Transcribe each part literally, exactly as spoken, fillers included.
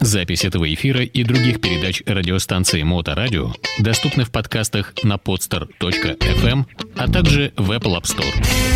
Запись этого эфира и других передач радиостанции Моторадио доступны в подкастах на podster точка эф эм, а также в Apple App Store.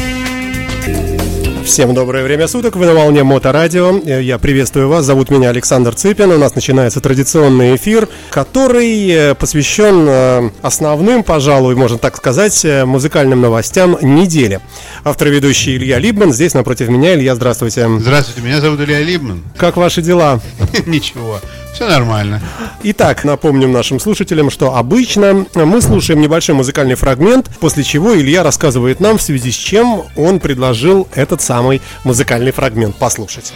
Всем доброе время суток, вы на волне Моторадио. Я приветствую вас, зовут меня Александр Цыпин. У нас начинается традиционный эфир, который посвящен основным, пожалуй, можно так сказать, музыкальным новостям недели. Автор и ведущий Илья Либман, здесь напротив меня. Илья, здравствуйте. Здравствуйте, меня зовут Илья Либман. Как ваши дела? Ничего, все нормально. Итак, напомним нашим слушателям, что обычно мы слушаем небольшой музыкальный фрагмент, после чего Илья рассказывает нам, в связи с чем он предложил этот самый музыкальный фрагмент послушать.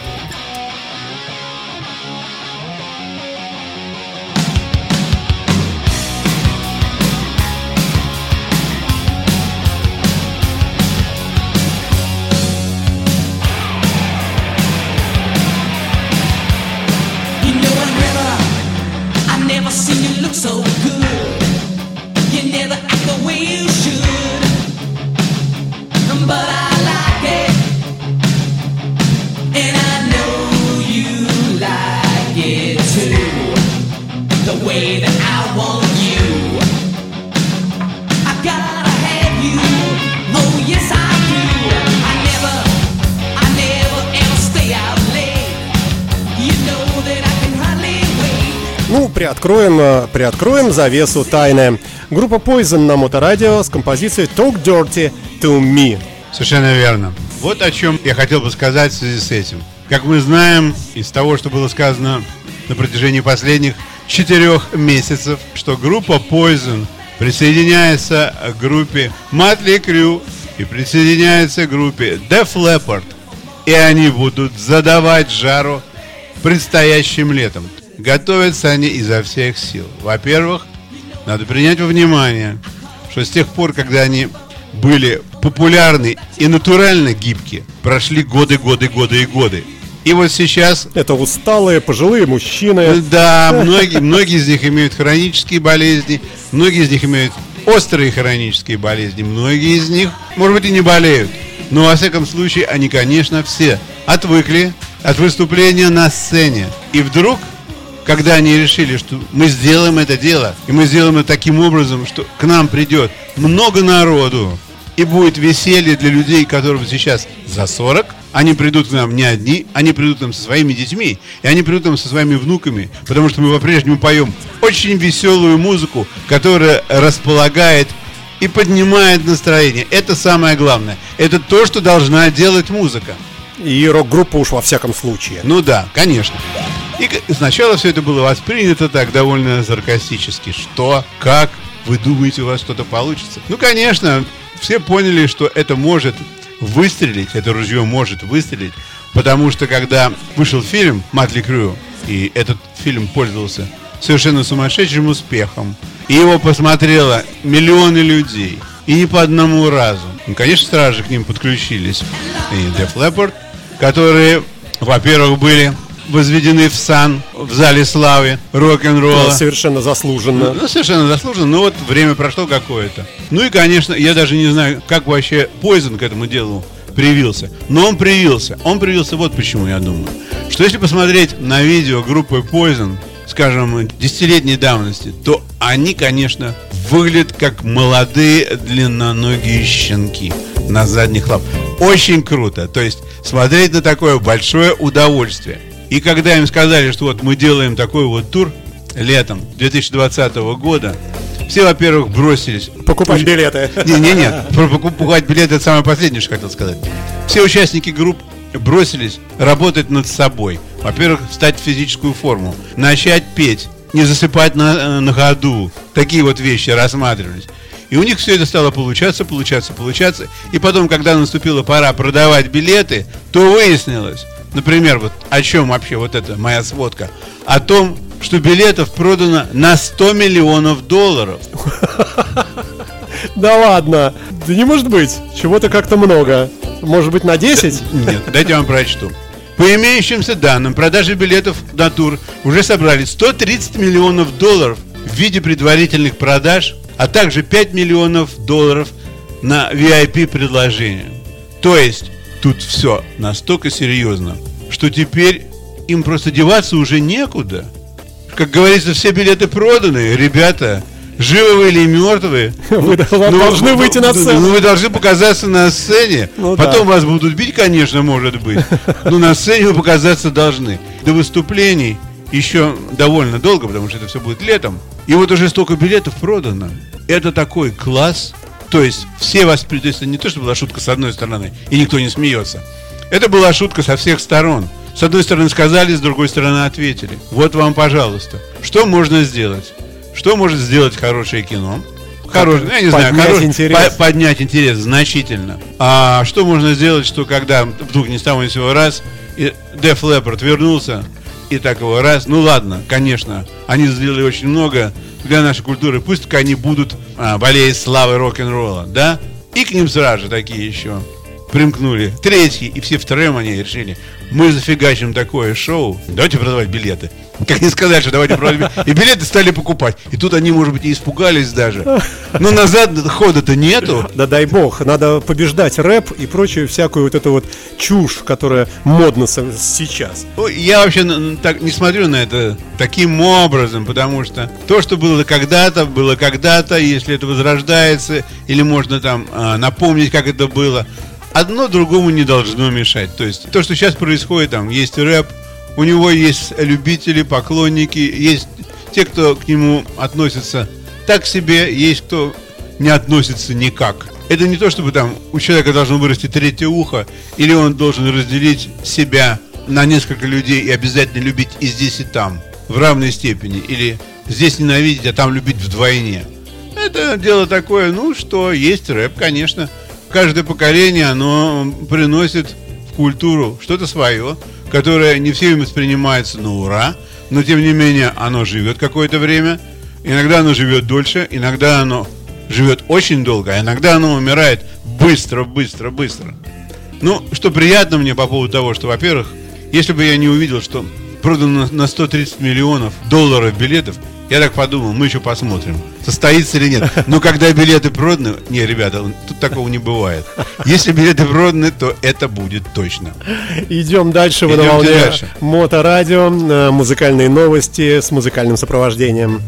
Ну, приоткроем, приоткроем завесу тайны. Группа Poison на Моторадио с композицией Talk Dirty to Me. Совершенно верно. Вот о чем я хотел бы сказать в связи с этим. Как мы знаем из того, что было сказано на протяжении последних четырех месяцев, что группа Poison присоединяется к группе Mötley Crüe и присоединяется к группе Def Leppard. И они будут задавать жару предстоящим летом. Готовятся они изо всех сил. Во-первых, надо принять во внимание, что с тех пор, когда они были популярны и натурально гибкие, прошли годы, годы, годы и годы. И вот сейчас... Это усталые, пожилые мужчины. Да, многие, многие из них имеют хронические болезни, многие из них имеют острые хронические болезни, многие из них, может быть, и не болеют. Но, во всяком случае, они, конечно, все отвыкли от выступления на сцене. И вдруг... Когда они решили, что мы сделаем это дело, и мы сделаем это таким образом, что к нам придет много народу, и будет веселье для людей, которым сейчас за сорок, они придут к нам не одни, они придут к нам со своими детьми, и они придут к нам со своими внуками, потому что мы по-прежнему поем очень веселую музыку, которая располагает и поднимает настроение. Это самое главное. Это то, что должна делать музыка. И рок-группа уж во всяком случае. Ну да, конечно. И сначала все это было воспринято так довольно саркастически. Что? Как? Вы думаете, у вас что-то получится? Ну, конечно, все поняли, что это может выстрелить, это ружье может выстрелить, потому что когда вышел фильм Mötley Crüe, и этот фильм пользовался совершенно сумасшедшим успехом, и его посмотрело миллионы людей, и не по одному разу. Ну, конечно, сразу же к ним подключились и Def Leppard, которые, во-первых, были возведены в сан в зале славы рок-н-ролла. Да, совершенно заслуженно. Ну, совершенно заслуженно, но вот время прошло какое-то. Ну и, конечно, я даже не знаю, как вообще Poison к этому делу привился. Но он привился. Он привился вот почему, я думаю. Что если посмотреть на видео группы Poison, скажем, десятилетней давности, то они, конечно, выглядят как молодые длинноногие щенки на задних лапах. Очень круто. То есть смотреть на такое большое удовольствие. И когда им сказали, что вот мы делаем такой вот тур летом две тысячи двадцатого года, все, во-первых, бросились покупать билеты. Не-не-не, покупать билеты — это самое последнее, что хотел сказать. Все участники групп бросились работать над собой. Во-первых, встать в физическую форму, начать петь, не засыпать на, на ходу. Такие вот вещи рассматривались. И у них все это стало получаться, получаться, получаться. И потом, когда наступила пора продавать билеты, то выяснилось, например, вот о чем вообще вот эта моя сводка, о том, что билетов продано на сто миллионов долларов. Да ладно, да не может быть, чего-то как-то много. Может быть, на десять? Нет, дайте я вам прочту. По имеющимся данным, продажи билетов на тур уже собрали сто тридцать миллионов долларов в виде предварительных продаж, а также пять миллионов долларов на ви ай пи-предложение. То есть, тут все настолько серьезно, что теперь им просто деваться уже некуда. Как говорится, все билеты проданы, ребята, живы вы или мертвые. Вы ну, должны ну, выйти на сцену. Ну, вы должны показаться на сцене. Ну, Потом да. вас будут бить, конечно, может быть. Но на сцене вы показаться должны. До выступлений еще довольно долго, потому что это все будет летом. И вот уже столько билетов продано. Это такой класс. То есть все восприняли. То есть это не то, что была шутка с одной стороны, и никто не смеется. Это была шутка со всех сторон. С одной стороны сказали, с другой стороны ответили. Вот вам, пожалуйста. Что можно сделать? Что может сделать хорошее кино? Хорошее, я не знаю, хорош, интерес. По, поднять интерес значительно. А что можно сделать, что когда вдруг ни с того ни с сего раз и Def Leppard вернулся, и так его раз, ну ладно, конечно, они сделали очень много для нашей культуры. Пусть они будут а, болезнь славы рок-н-ролла, да? И к ним сразу же такие еще примкнули третьи, и все втроем они решили: мы зафигачим такое шоу, давайте продавать билеты. Как не сказать, что давайте продавать билеты. И билеты стали покупать. И тут они, может быть, и испугались даже. Но назад хода-то нету. Да дай бог, надо побеждать рэп и прочую всякую вот эту вот чушь, которая модна сейчас. Я вообще так не смотрю на это таким образом, потому что то, что было когда-то, было когда-то. Если это возрождается, или можно там напомнить, как это было, одно другому не должно мешать. То есть то, что сейчас происходит, там есть рэп, у него есть любители, поклонники, есть те, кто к нему относится так себе, есть кто не относится никак. Это не то, чтобы там у человека должно вырасти третье ухо, или он должен разделить себя на несколько людей и обязательно любить и здесь, и там в равной степени, или здесь ненавидеть, а там любить вдвойне. Это дело такое, ну что, есть рэп, конечно. Каждое поколение, оно приносит в культуру что-то свое, которое не всеми воспринимается на ура, но тем не менее оно живет какое-то время. Иногда оно живет дольше, иногда оно живет очень долго, а иногда оно умирает быстро, быстро, быстро. Ну, что приятно мне по поводу того, что, во-первых, если бы я не увидел, что продано на сто тридцать миллионов долларов билетов, я так подумал, мы еще посмотрим, состоится или нет. Но когда билеты проданы, не, ребята, тут такого не бывает. Если билеты проданы, то это будет точно. Идем дальше, вы на волне Моторадио, музыкальные новости с музыкальным сопровождением.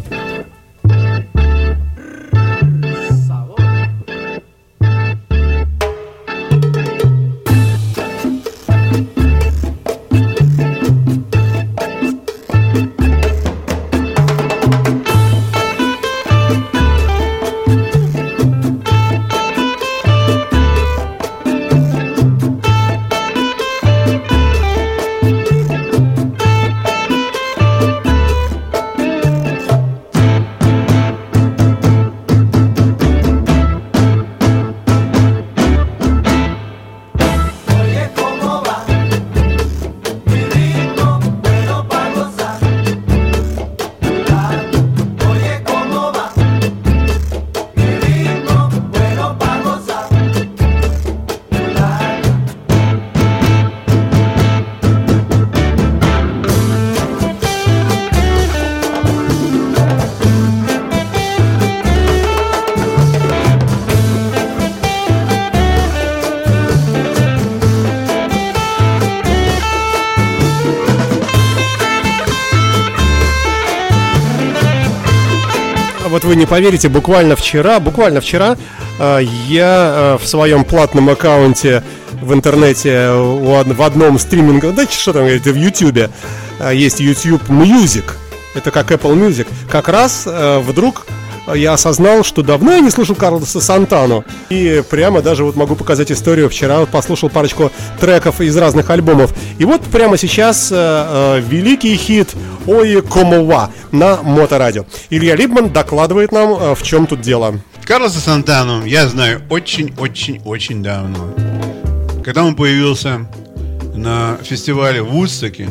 Вот вы не поверите, буквально вчера, буквально вчера э, я э, в своем платном аккаунте в интернете у, в одном стриминге, да что там, это в YouTube, э, есть YouTube Music, это как Apple Music, как раз э, вдруг я осознал, что давно я не слушал Карлоса Сантану. И прямо даже вот могу показать историю. Вчера вот послушал парочку треков из разных альбомов. И вот прямо сейчас э, э, великий хит «Ой, Комова» на Моторадио. Илья Либман докладывает нам, э, в чем тут дело. Карлоса Сантану я знаю очень-очень-очень давно. Когда он появился на фестивале в Вудстоке,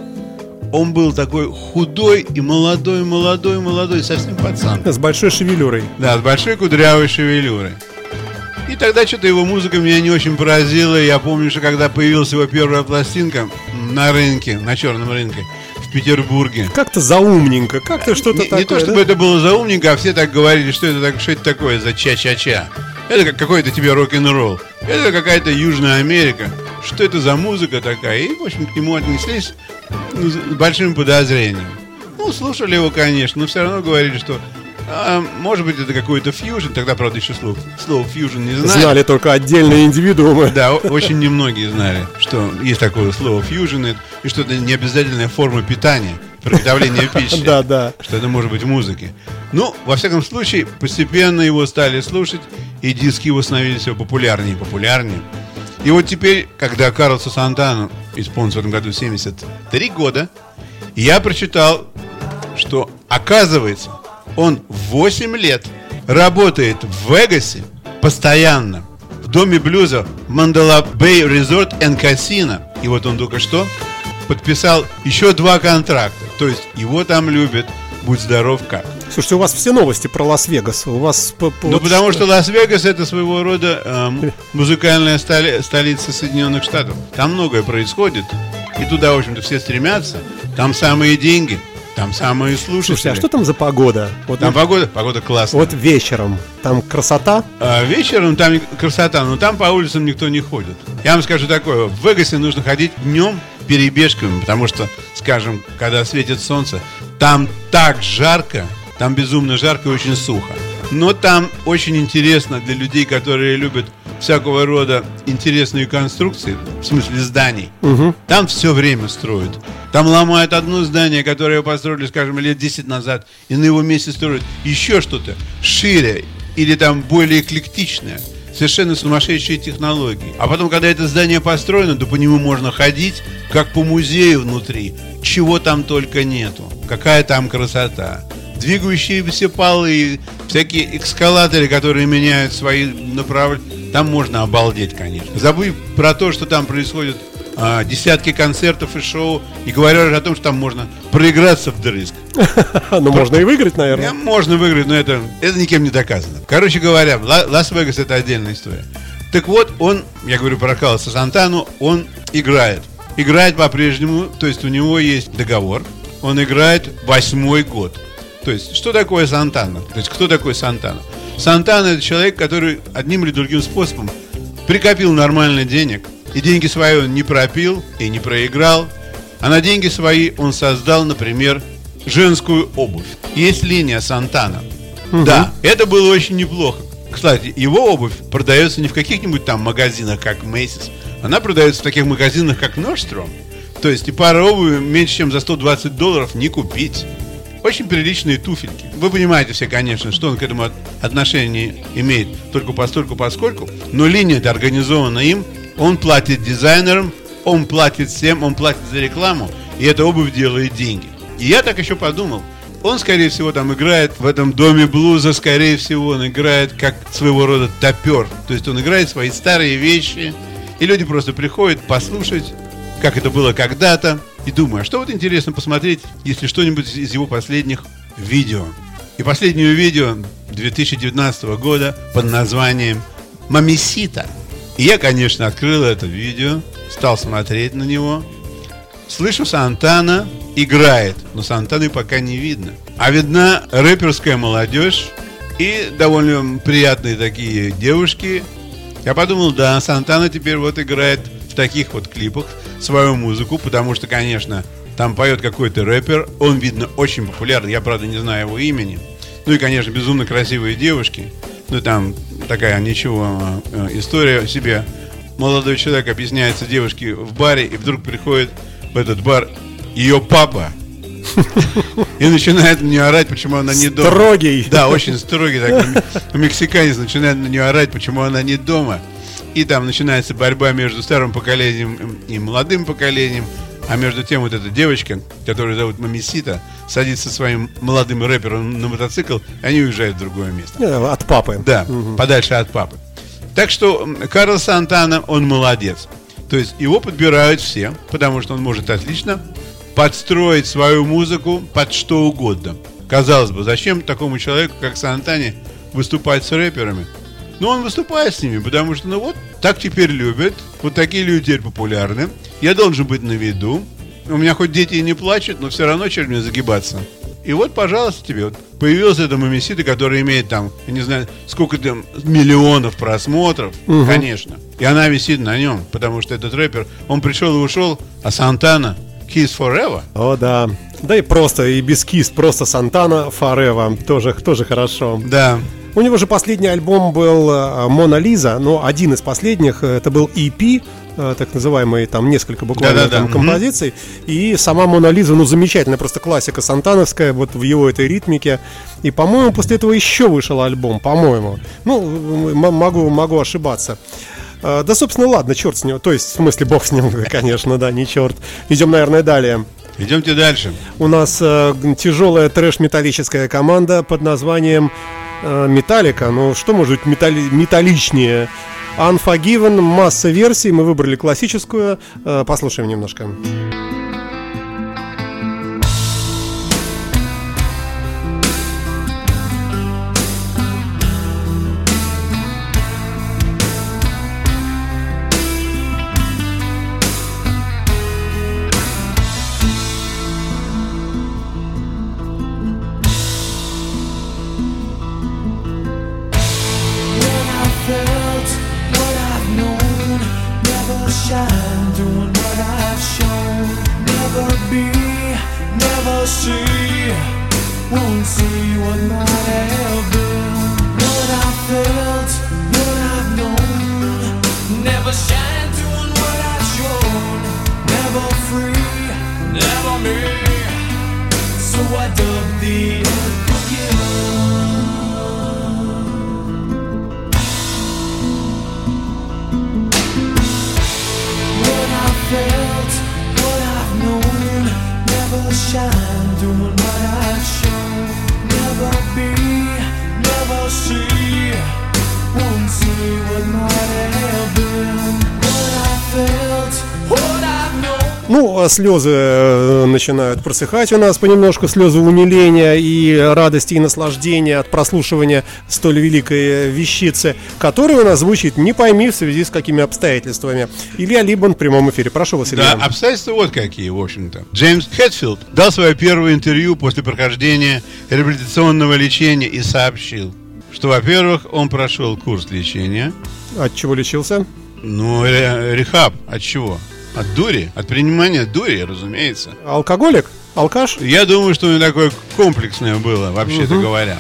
он был такой худой и молодой, молодой, молодой, совсем пацан. С большой шевелюрой. Да, с большой кудрявой шевелюрой. И тогда что-то его музыка меня не очень поразила. Я помню, что когда появилась его первая пластинка на рынке, на черном рынке в Петербурге. Как-то заумненько, как-то что-то не, такое. Не то, чтобы да? это было заумненько, а все так говорили, что это, так, что это такое за ча-ча-ча. Это как какой-то тебе рок-н-ролл. Это какая-то Южная Америка. что это за музыка такая. И, в общем, к нему отнеслись ну, с большим подозрением. Ну, слушали его, конечно, но все равно говорили, что а, может быть, это какой-то фьюжн. Тогда, правда, еще слово, слово фьюжн не знали. Знали только отдельные индивидуумы. Да, очень немногие знали, что есть такое слово фьюжн, и что это не обязательная форма питания, приготовления пищи. Да, да. Что это может быть в музыке. Ну, во всяком случае, постепенно его стали слушать, и диски его становились все популярнее и популярнее. И вот теперь, когда Карлосу Сантану исполнилось в этом году семьдесят три года, я прочитал, что, оказывается, он восемь лет работает в Вегасе постоянно, в доме блюза Mandalay Bay Resort and Casino. И вот он только что подписал еще два контракта. То есть его там любят, будь здоров как. Слушайте, у вас все новости про Лас-Вегас. У вас... Ну, потому что Лас-Вегас — это своего рода э, музыкальная столи- столица Соединенных Штатов. Там многое происходит, и туда, в общем-то, все стремятся. Там самые деньги, там самые слушатели. Слушайте, а что там за погода? Вот там вот, погода, погода классная. Вот вечером там красота? А вечером там красота, но там по улицам никто не ходит. Я вам скажу такое, в Вегасе нужно ходить днем перебежками, потому что, скажем, когда светит солнце, там так жарко, там безумно жарко и очень сухо. Но там очень интересно для людей, которые любят всякого рода интересные конструкции, в смысле зданий. Угу. Там все время строят. Там ломают одно здание, которое построили, скажем, лет десять назад, и на его месте строят еще что-то шире или там более эклектичное. Совершенно сумасшедшие технологии. А потом, когда это здание построено, то по нему можно ходить, как по музею внутри. Чего там только нету. Какая там красота. Двигающиеся полы, всякие эскалаторы, которые меняют свои направления. Там можно обалдеть, конечно. Забыв про то, что там происходят а, десятки концертов и шоу, и говоря о том, что там можно проиграться вдрызг. Ну, можно и выиграть, наверное. Можно выиграть, но это, это никем не доказано. Короче говоря, Лас-Вегас — это отдельная история. Так вот, он, я говорю про Карлоса Сантану, он играет. Играет по-прежнему, то есть у него есть договор. Он играет восьмой год. То есть, что такое Сантана? То есть, кто такой Сантана? Сантана — это человек, который одним или другим способом прикопил нормально денег, и деньги свои он не пропил и не проиграл, а на деньги свои он создал, например, женскую обувь. Есть линия Сантана. Угу. Да, это было очень неплохо. Кстати, его обувь продается не в каких-нибудь там магазинах, как Macy's. Она продается в таких магазинах, как Nordstrom. То есть, и пара обуви меньше, чем за сто двадцать долларов не купить. Очень приличные туфельки. Вы понимаете все, конечно, что он к этому отношение имеет только постольку поскольку. Но линия-то организована им. Он платит дизайнерам, он платит всем, он платит за рекламу. И эта обувь делает деньги. И я так еще подумал. Он, скорее всего, там играет в этом доме блуза. Скорее всего, он играет как своего рода топер. То есть он играет свои старые вещи. И люди просто приходят послушать, как это было когда-то. И думаю, а что вот интересно посмотреть, если что-нибудь из его последних видео. И последнее видео две тысячи девятнадцатого года под названием «Мамисита». И я, конечно, открыл это видео, стал смотреть на него. Слышу, Сантана играет, но Сантаны пока не видно. А видна рэперская молодежь и довольно приятные такие девушки. Я подумал, да, Сантана теперь вот играет в таких вот клипах свою музыку, потому что, конечно, там поет какой-то рэпер. Он, видно, очень популярный. Я, правда, не знаю его имени. Ну и, конечно, безумно красивые девушки. Ну, там такая ничего история о себе. Молодой человек объясняется девушке в баре, и вдруг приходит в этот бар ее папа и начинает на нее орать, почему она не дома. Строгий. Да, очень строгий такой мексиканец. Начинает на нее орать, почему она не дома. И там начинается борьба между старым поколением и молодым поколением. А между тем вот эта девочка, которую зовут Мамисита, садится со своим молодым рэпером на мотоцикл, и они уезжают в другое место. От папы. Да, угу. Подальше от папы. Так что Карлос Сантана, он молодец. То есть его подбирают все, потому что он может отлично подстроить свою музыку под что угодно. Казалось бы, зачем такому человеку, как Сантане, выступать с рэперами? Но он выступает с ними, потому что, ну вот, так теперь любят. Вот такие люди теперь популярны. Я должен быть на виду. У меня хоть дети и не плачут, но все равно черт мне загибаться. И вот, пожалуйста, тебе вот появилась эта Мамисита, которая имеет там, я не знаю, сколько там миллионов просмотров, угу. Конечно. И она висит на нем, потому что этот рэпер, он пришел и ушел, а Сантана Kiss Forever. О, да. Да и просто, и без Kiss, просто Сантана Forever. Тоже, тоже хорошо. Да. У него же последний альбом был «Мона Лиза», но один из последних, это был и пи, так называемый, там несколько буквально Да-да-да. там композиций. И сама «Мона Лиза», ну, замечательная, просто классика сантановская, вот в его этой ритмике. И, по-моему, после этого еще вышел альбом, по-моему. Ну, м- могу, могу ошибаться. А, да, собственно, ладно, черт с ним. То есть, в смысле, бог с ним, конечно, да, не черт. Идем, наверное, далее. Идемте дальше. У нас э, тяжелая трэш-металлическая команда под названием Металлика. Ну, что может быть металли- металличнее? Unforgiven, масса версий. Мы выбрали классическую. Э, послушаем немножко. Ну, слезы начинают просыхать у нас понемножку, слезы умиления и радости и наслаждения от прослушивания столь великой вещицы, которая у нас звучит, не пойми в связи с какими обстоятельствами. Илья Либман в прямом эфире. Прошу вас, Илья. Да, обстоятельства вот какие, в общем-то. Джеймс Хэтфилд дал свое первое интервью после прохождения реабилитационного лечения и сообщил, что, во-первых, он прошел курс лечения. От чего лечился? Ну, рехаб. От чего? От дури, от принимания дури, разумеется. Алкоголик? Алкаш? Я думаю, что у него такое комплексное было, вообще-то угу. говоря.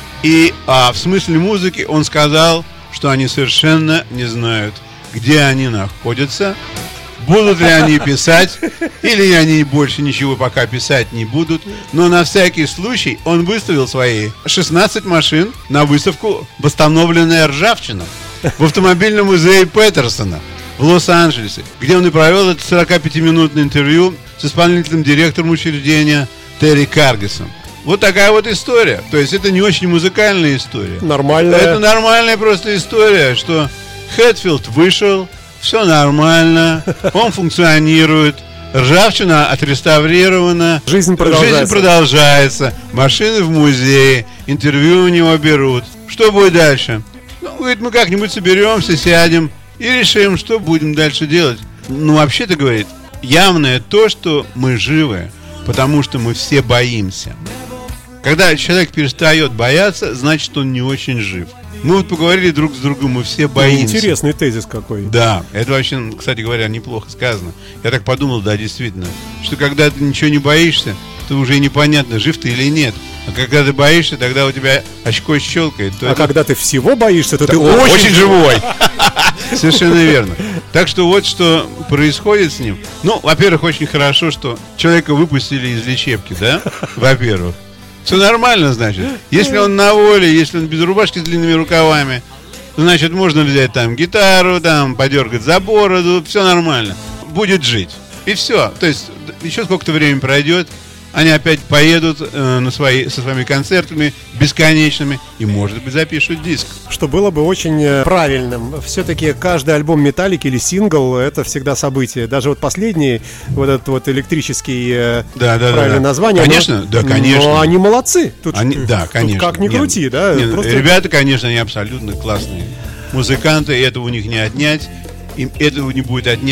И а, в смысле музыки он сказал, что они совершенно не знают, где они находятся, будут ли они писать, или они больше ничего пока писать не будут. Но на всякий случай он выставил свои шестнадцать машин на выставку «Восстановленная ржавчина» в автомобильном музее Петерсона в Лос-Анджелесе, где он и провел это сорокапятиминутное интервью с исполнительным директором учреждения Терри Каргисом. Вот такая вот история. То есть это не очень музыкальная история. Нормальная. Это нормальная просто история, что Хэтфилд вышел, все нормально, он функционирует, ржавчина отреставрирована, жизнь продолжается. жизнь продолжается, машины в музее, интервью у него берут. Что будет дальше? Ну, говорит, мы как-нибудь соберемся, сядем и решим, что будем дальше делать. Ну, вообще-то, говорит, явное то, что мы живы, потому что мы все боимся. Когда человек перестает бояться, значит, он не очень жив. Мы вот поговорили друг с другом, мы все боимся. Интересный тезис какой. Да, это вообще, кстати говоря, неплохо сказано. Я так подумал, да, действительно, что когда ты ничего не боишься, то уже непонятно, жив ты или нет. А когда ты боишься, тогда у тебя очко щелкает. А это... когда ты всего боишься, то ты очень, очень живой. Совершенно верно. Так что вот что происходит с ним. Ну, во-первых, очень хорошо, что человека выпустили из лечебки, да? Во-первых. Все нормально, значит. Если он на воле, если он без рубашки с длинными рукавами, значит, можно взять там гитару, там, подергать за бороду, все нормально. Будет жить. И все. То есть, еще сколько-то времени пройдет, они опять поедут э, на свои, со своими концертами бесконечными и, может быть, запишут диск. Что было бы очень правильным. Все-таки каждый альбом Металлики или сингл — это всегда событие. Даже вот последний, вот этот вот электрический, да, да, правильное да. название. Конечно, но, да, конечно. Но они молодцы. Тут, они, да, конечно. Тут как ни нет, крути, да? Нет, просто... Ребята, конечно, они абсолютно классные музыканты, и этого у них не отнять. Им этого не будет отнять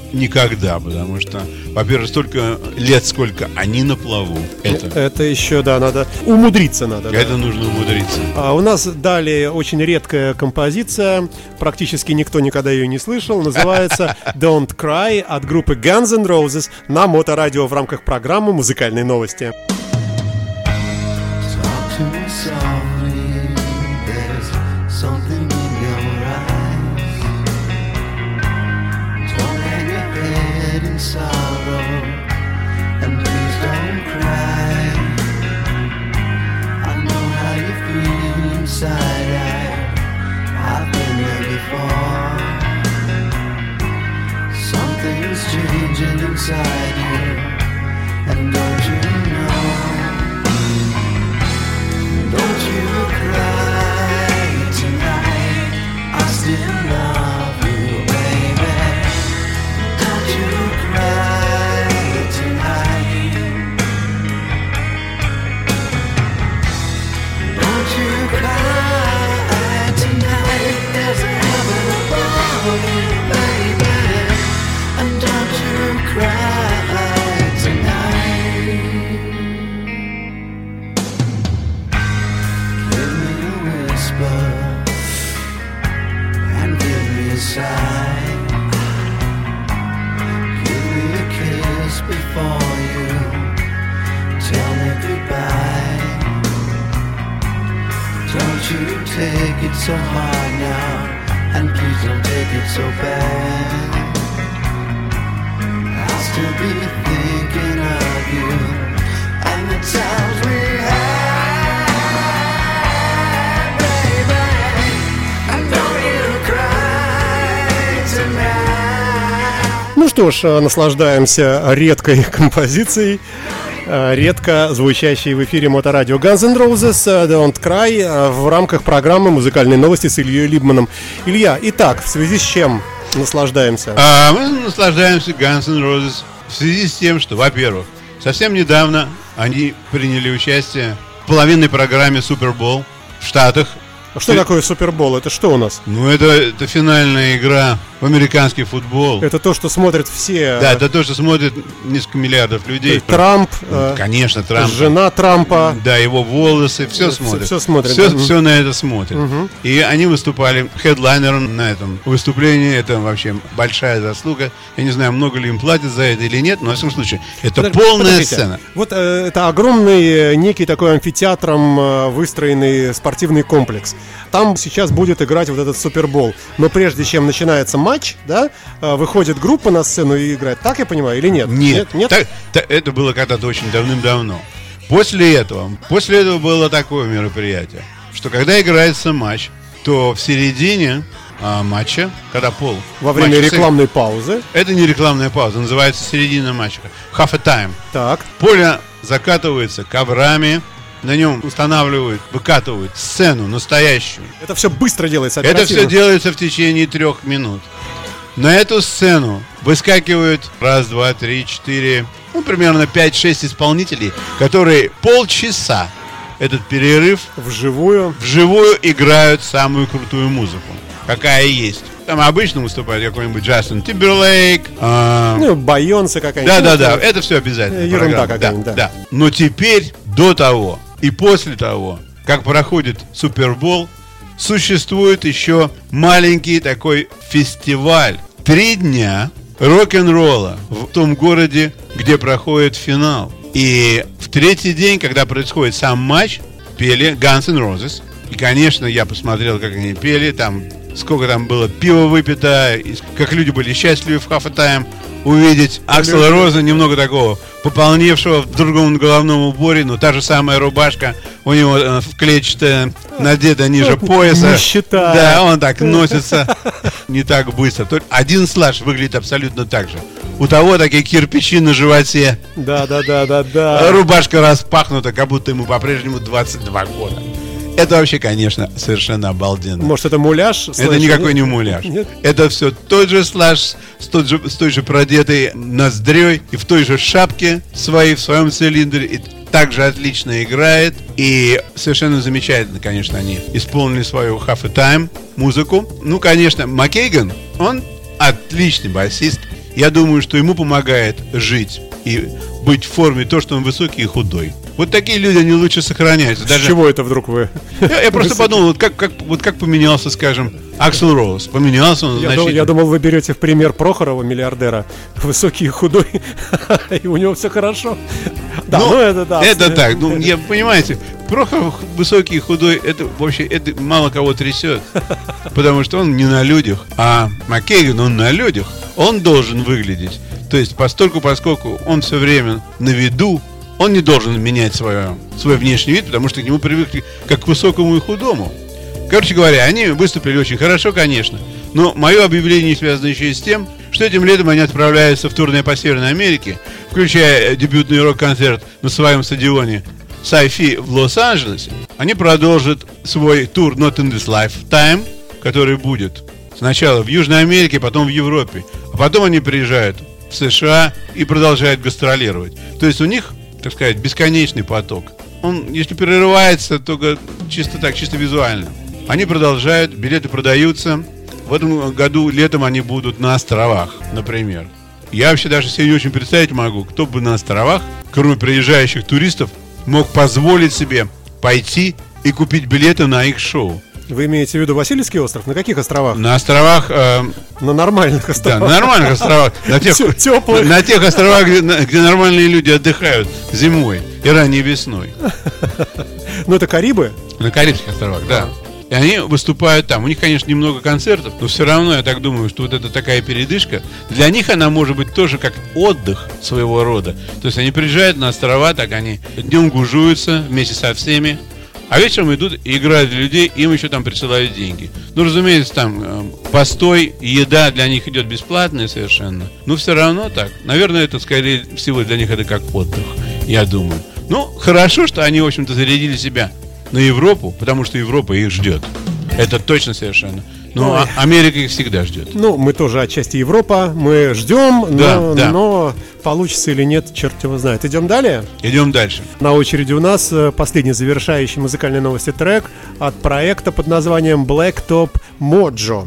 никогда, потому что, во-первых, столько лет, сколько они на плаву. Это, это еще, да, надо умудриться надо. Это да. нужно умудриться. А у нас далее очень редкая композиция, практически никто никогда ее не слышал, называется Don't Cry от группы Guns N' Roses на Моторадио в рамках программы «Музыкальные новости». Inside you, and don't you know, don't you cry tonight, I still love you, baby. Don't you cry tonight, don't you cry tonight, there's a heaven above you, baby, and don't you cry tonight. Give me a whisper and give me a sigh. Give me a kiss before you tell me goodbye. Don't you take it so hard now, and please don't take it so bad. To be thinking of you and the times we had, baby, and don't you cry tonight. Ну что ж, наслаждаемся редкой композицией, редко звучащей в эфире Моторадио. Guns N' Roses Don't Cry в рамках программы «Музыкальные новости» с Ильей Либманом. Илья, итак, в связи с чем наслаждаемся? А мы наслаждаемся Guns N' Roses в связи с тем, что, во-первых, совсем недавно они приняли участие в половинной программе Super Bowl в Штатах. А что такое Супербол? Это что у нас? Ну, это, это финальная игра в американский футбол. Это то, что смотрят все. Да, это то, что смотрят несколько миллиардов людей. Трамп, ну, конечно, Трамп. Жена Трампа. Да, его волосы, все смотрят. Все, все смотрят. Все, да? все на это смотрят. Угу. И они выступали хедлайнером на этом выступлении. Это вообще большая заслуга. Я не знаю, много ли им платят за это или нет, но, во всяком случае, это Подожди, полная подождите. сцена. Вот э, это огромный, некий такой амфитеатром э, выстроенный спортивный комплекс. Там сейчас будет играть вот этот Супербол. Но прежде чем начинается матч, да, выходит группа на сцену и играет. Так я понимаю, или нет? Нет, нет? нет? Так, так, это было когда-то очень давным-давно. После этого, после этого было такое мероприятие, что когда играется матч, то в середине а, матча, когда пол... Во время рекламной сыг... паузы. Это не рекламная пауза, называется середина матча. Half a time. Так. Поле закатывается коврами. На нем устанавливают, выкатывают сцену настоящую. Это все быстро делается, оперативно. Это все делается в течение трех минут. На эту сцену выскакивают раз, два, три, четыре, ну, примерно пять-шесть исполнителей, которые полчаса этот перерыв вживую вживую играют самую крутую музыку, какая есть. Там обычно выступает какой-нибудь Джастин Тимберлейк, э... ну, Байонсе какая-нибудь. Да-да-да, это все обязательно. Ерунда какая-нибудь, да, да. Но теперь, до того и после того, как проходит Супербол, существует еще маленький такой фестиваль. Три дня рок-н-ролла в том городе, где проходит финал. И в третий день, когда происходит сам матч, пели Guns N' Roses. И, конечно, я посмотрел, как они пели, там, сколько там было пива выпито, как люди были счастливы в Half a Time увидеть Аксела Роза, немного такого пополневшего в другом головном уборе, но та же самая рубашка у него э, клетчатая, надета ниже пояса. Нищета. Да, он так носится не так быстро. Только один слаж выглядит абсолютно так же. У того такие кирпичи на животе. Да, да, да, да, да. Рубашка распахнута, как будто ему по-прежнему двадцать два года. Это вообще, конечно, совершенно обалденно. Может, это муляж? Это слэш, никакой нет? не муляж. Нет? Это все тот же слаж с, тот же, с той же продетой ноздрёй и в той же шапке своей, в своем цилиндре. И также отлично играет. И совершенно замечательно, конечно, они исполнили свою Half a Time музыку. Ну, конечно, Маккейган, он отличный басист. Я думаю, что ему помогает жить и быть в форме то, что он высокий и худой. Вот такие люди, они лучше сохраняются. С чего это вдруг вы? Я, я просто подумал, вот как, как, вот как поменялся, скажем, Аксл Роуз. Поменялся он я значительно. Думал, я думал, вы берете в пример Прохорова, миллиардера, высокий и худой, и у него все хорошо. Да, ну, ну это да. Это так, ну, я, понимаете, Прохоров высокий и худой, это вообще это мало кого трясет. Потому что он не на людях, а Маккейган, он на людях. Он должен выглядеть. То есть, постольку, поскольку он все время на виду, он не должен менять свое, свой внешний вид, потому что к нему привыкли как к высокому и худому. Короче говоря, они выступили очень хорошо, конечно. Но мое объявление связано еще и с тем, что этим летом они отправляются в турне по Северной Америке, включая дебютный рок-концерт на своем стадионе Сайфи в Лос-Анджелесе. Они продолжат свой тур Not in This Lifetime, который будет сначала в Южной Америке, потом в Европе. А потом они приезжают в США и продолжают гастролировать. То есть у них, так сказать, бесконечный поток. Он, если прерывается, то чисто так, чисто визуально. Они продолжают, билеты продаются. В этом году летом они будут на островах, например. Я вообще даже себе не очень представить могу, кто бы на островах, кроме приезжающих туристов, мог позволить себе пойти и купить билеты на их шоу. Вы имеете в виду Васильевский остров? На каких островах? На островах... Э, на нормальных островах. Да, на нормальных островах. На тех, теплых. На тех островах, где, где нормальные люди отдыхают зимой и ранней весной. Ну, это Карибы? На Карибских островах, да. И они выступают там. У них, конечно, немного концертов, но все равно, я так думаю, что вот это такая передышка. Для них она может быть тоже как отдых своего рода. То есть они приезжают на острова, так они днем гужуются вместе со всеми, а вечером идут и играют для людей, им еще там присылают деньги. Ну, разумеется, там э, постой, еда для них идет бесплатная совершенно. Но все равно так. Наверное, это, скорее всего, для них это как отдых, я думаю. Ну, хорошо, что они, в общем-то, зарядили себя на Европу, потому что Европа их ждет. Это точно совершенно. Но а Америка их всегда ждет. Ну, мы тоже отчасти Европа. Мы ждем, да, но, да. но получится или нет, черт его знает. Идем далее? Идем дальше. На очереди у нас последний завершающий музыкальной новости трек от проекта под названием Blacktop Mojo.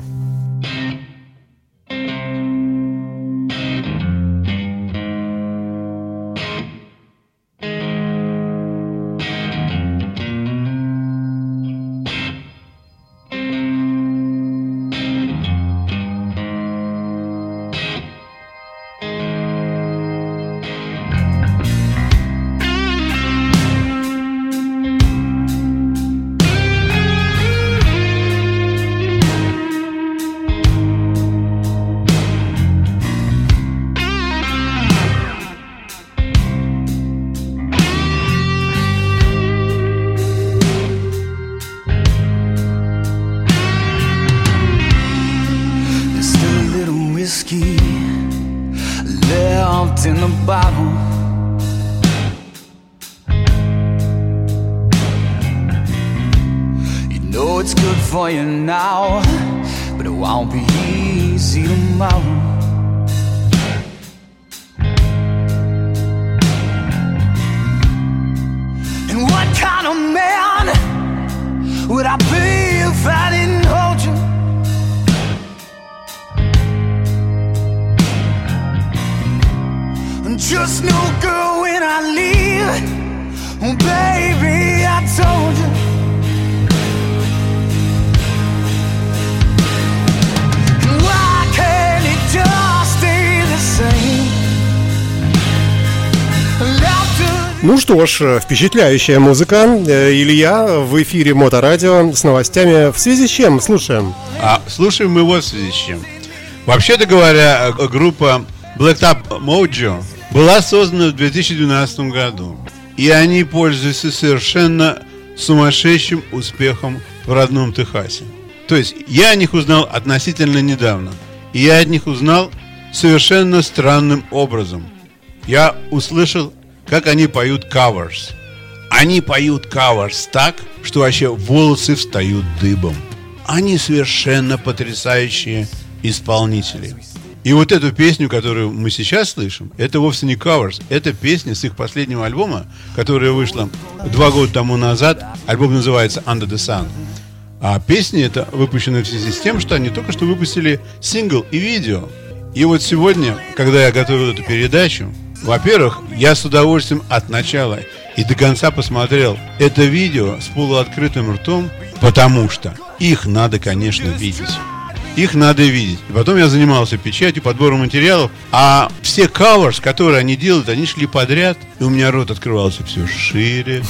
In the bottle, you know it's good for you now, but it won't be easy tomorrow. And what kind of man would I be if I didn't hold you? Just no girl when I leave. Oh, baby, I told you. Why can't it just stay the same? Ну что ж, впечатляющая музыка. Илья в эфире Моторадио с новостями. В связи с чем слушаем? А слушаем мы его в связи с чем. Вообще-то говоря, группа Blacktop Mojo была создана в две тысячи двенадцатом году. И они пользуются совершенно сумасшедшим успехом в родном Техасе. То есть я о них узнал относительно недавно. И я от них узнал совершенно странным образом. Я услышал, как они поют covers. Они поют covers так, что вообще волосы встают дыбом. Они совершенно потрясающие исполнители. И вот эту песню, которую мы сейчас слышим, это вовсе не covers. Это песня с их последнего альбома, которая вышла два года тому назад. Альбом называется Under the Sun. А песня эта выпущена в связи с тем, что они только что выпустили сингл и видео. И вот сегодня, когда я готовил эту передачу, во-первых, я с удовольствием от начала и до конца посмотрел это видео с полуоткрытым ртом, потому что их надо, конечно, видеть. Их надо видеть. И потом я занимался печатью, подбором материалов, а все каверс, которые они делают, они шли подряд, и у меня рот открывался все шире,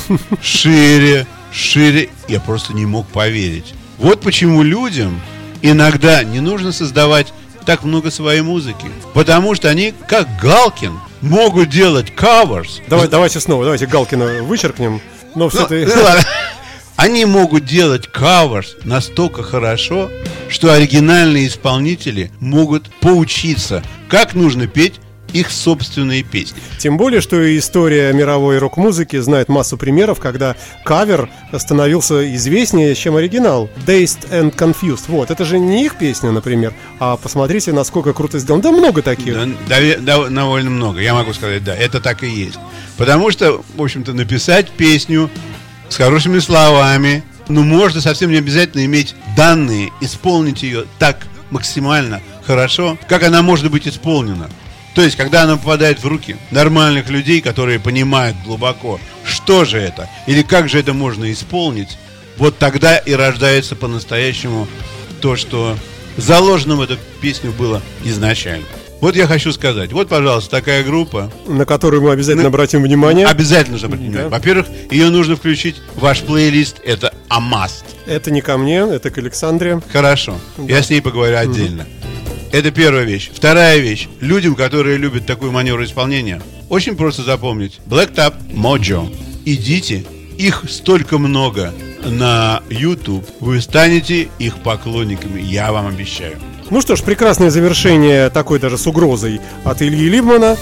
шире, шире. Я просто не мог поверить. Вот почему людям иногда не нужно создавать так много своей музыки, потому что они, как Галкин, могут делать каверс. Давай, давайте снова, давайте Галкина вычеркнем. Но все Ну, ты... ну ладно. Они могут делать каверс настолько хорошо, что оригинальные исполнители могут поучиться, как нужно петь их собственные песни. Тем более, что история мировой рок-музыки знает массу примеров, когда кавер становился известнее, чем оригинал. Dazed and Confused. Вот, это же не их песня, например. А посмотрите, насколько круто сделано. Да много таких. Да, да, да, довольно много. Я могу сказать, да, это так и есть. Потому что, в общем-то, написать песню с хорошими словами, ну, можно совсем не обязательно иметь данные, исполнить ее так максимально хорошо, как она может быть исполнена. То есть, когда она попадает в руки нормальных людей, которые понимают глубоко, что же это, или как же это можно исполнить, вот тогда и рождается по-настоящему то, что заложено в эту песню было изначально. Вот я хочу сказать, вот, пожалуйста, такая группа, На которую мы обязательно Ну, обратим внимание. обязательно же обратите внимание. Да. Во-первых, ее нужно включить в ваш плейлист, это a must. Это не ко мне, это к Александре. Хорошо, я с ней поговорю отдельно. Это первая вещь. Вторая вещь. Людям, которые любят такую манеру исполнения, очень просто запомнить. Black Tap Mojo. Идите. Их столько много на YouTube. Вы станете их поклонниками. Я вам обещаю. Ну что ж, прекрасное завершение, такой даже с угрозой от Ильи Либмана.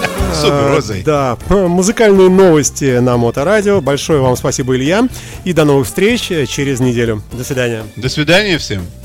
С угрозой. А, да, музыкальные новости на Моторадио. Большое вам спасибо, Илья. И до новых встреч через неделю. До свидания. До свидания всем.